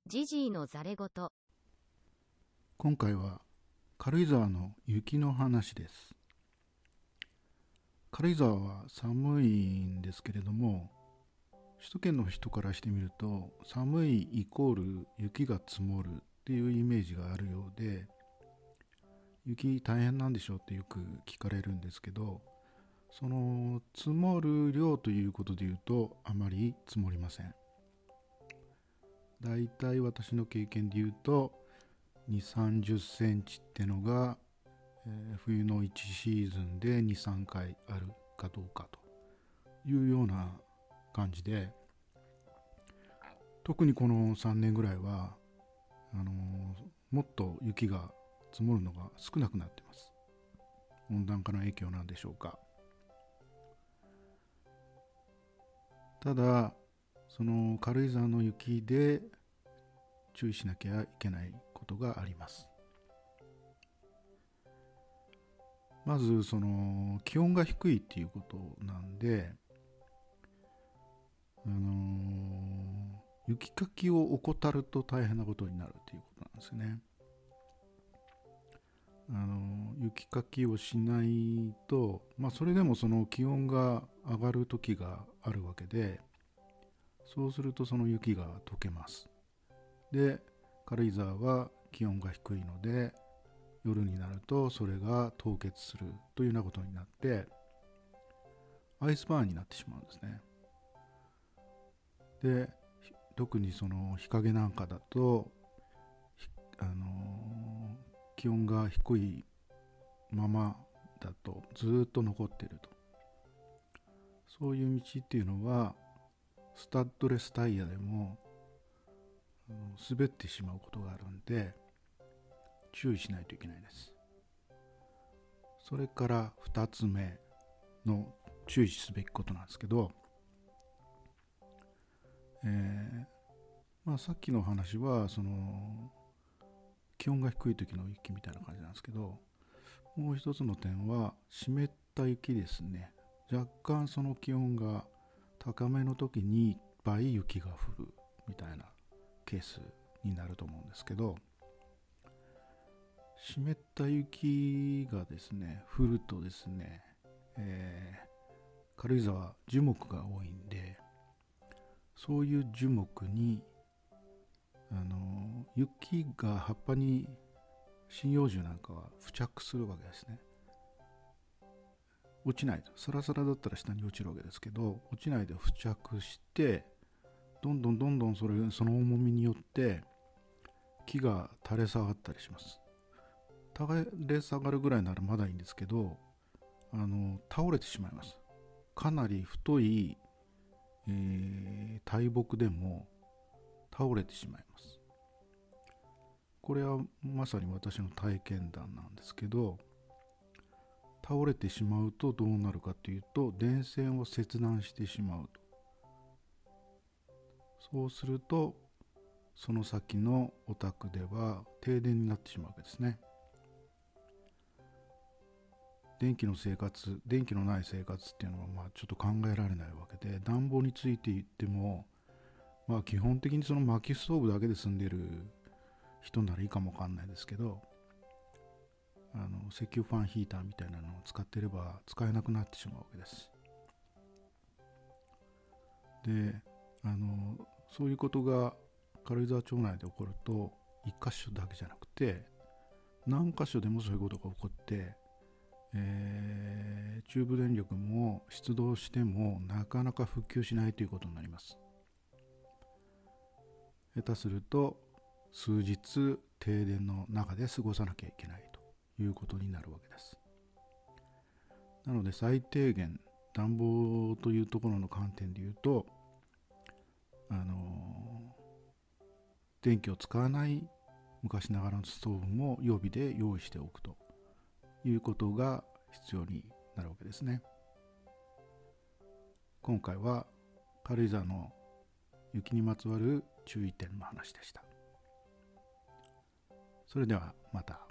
ジジイのざれ言。 今回は軽井沢の雪の話です。軽井沢は寒いんですけれども、首都圏の人からしてみると寒いイコール雪が積もるっていうイメージがあるようで、雪大変なんでしょうってよく聞かれるんですけど、その積もる量ということでいうとあまり積もりません。だいたい私の経験でいうと2、30センチってのが、冬の1シーズンで2、3回あるかどうかというような感じで、特にこの3年ぐらいはもっと雪が積もるのが少なくなっています。温暖化の影響なんでしょうか。ただその軽井沢の雪で注意しなきゃいけないことがあります。まずその気温が低いっていうことなんで、雪かきを怠ると大変なことになるということなんですよね。雪かきをしないと、それでもその気温が上がる時があるわけで、そうするとその雪が溶けます。で、軽井沢は気温が低いので、夜になるとそれが凍結するというようなことになってアイスバーンになってしまうんですね。で、特にその日陰なんかだと、気温が低いままだとずっと残っていると。そういう道っていうのはスタッドレスタイヤでも滑ってしまうことがあるんで注意しないといけないです。それから2つ目の注意すべきことなんですけど、さっきの話はその気温が低い時の雪みたいな感じなんですけど、もう一つの点は湿った雪ですね。若干その気温が高めの時にいっぱい雪が降るみたいなケースになると思うんですけど、湿った雪がですね降るとですね、軽井沢樹木が多いんで、そういう樹木に雪が葉っぱに針葉樹なんかは付着するわけですね。落ちないと、サラサラだったら下に落ちるわけですけど、落ちないで付着してどんどんその重みによって木が垂れ下がったりします。垂れ下がるぐらいならまだいいんですけど、倒れてしまいます。かなり太い、大木でも倒れてしまいます。これはまさに私の体験談なんですけど、倒れてしまうとどうなるかというと、電線を切断してしまうと。そうするとその先のお宅では停電になってしまうわけですね。電気のない生活っていうのはちょっと考えられないわけで、暖房について言っても、基本的にその薪ストーブだけで住んでる人ならいいかもわかんないですけど、石油ファンヒーターみたいなのを使っていれば使えなくなってしまうわけです。で、そういうことが軽井沢町内で起こると一箇所だけじゃなくて何箇所でもそういうことが起こって、中部電力も出動してもなかなか復旧しないということになります。下手すると数日停電の中で過ごさなきゃいけないということになるわけです。なので最低限暖房というところの観点でいうと、電気を使わない昔ながらのストーブも予備で用意しておくということが必要になるわけですね。今回は軽井沢の雪にまつわる注意点の話でした。それではまた。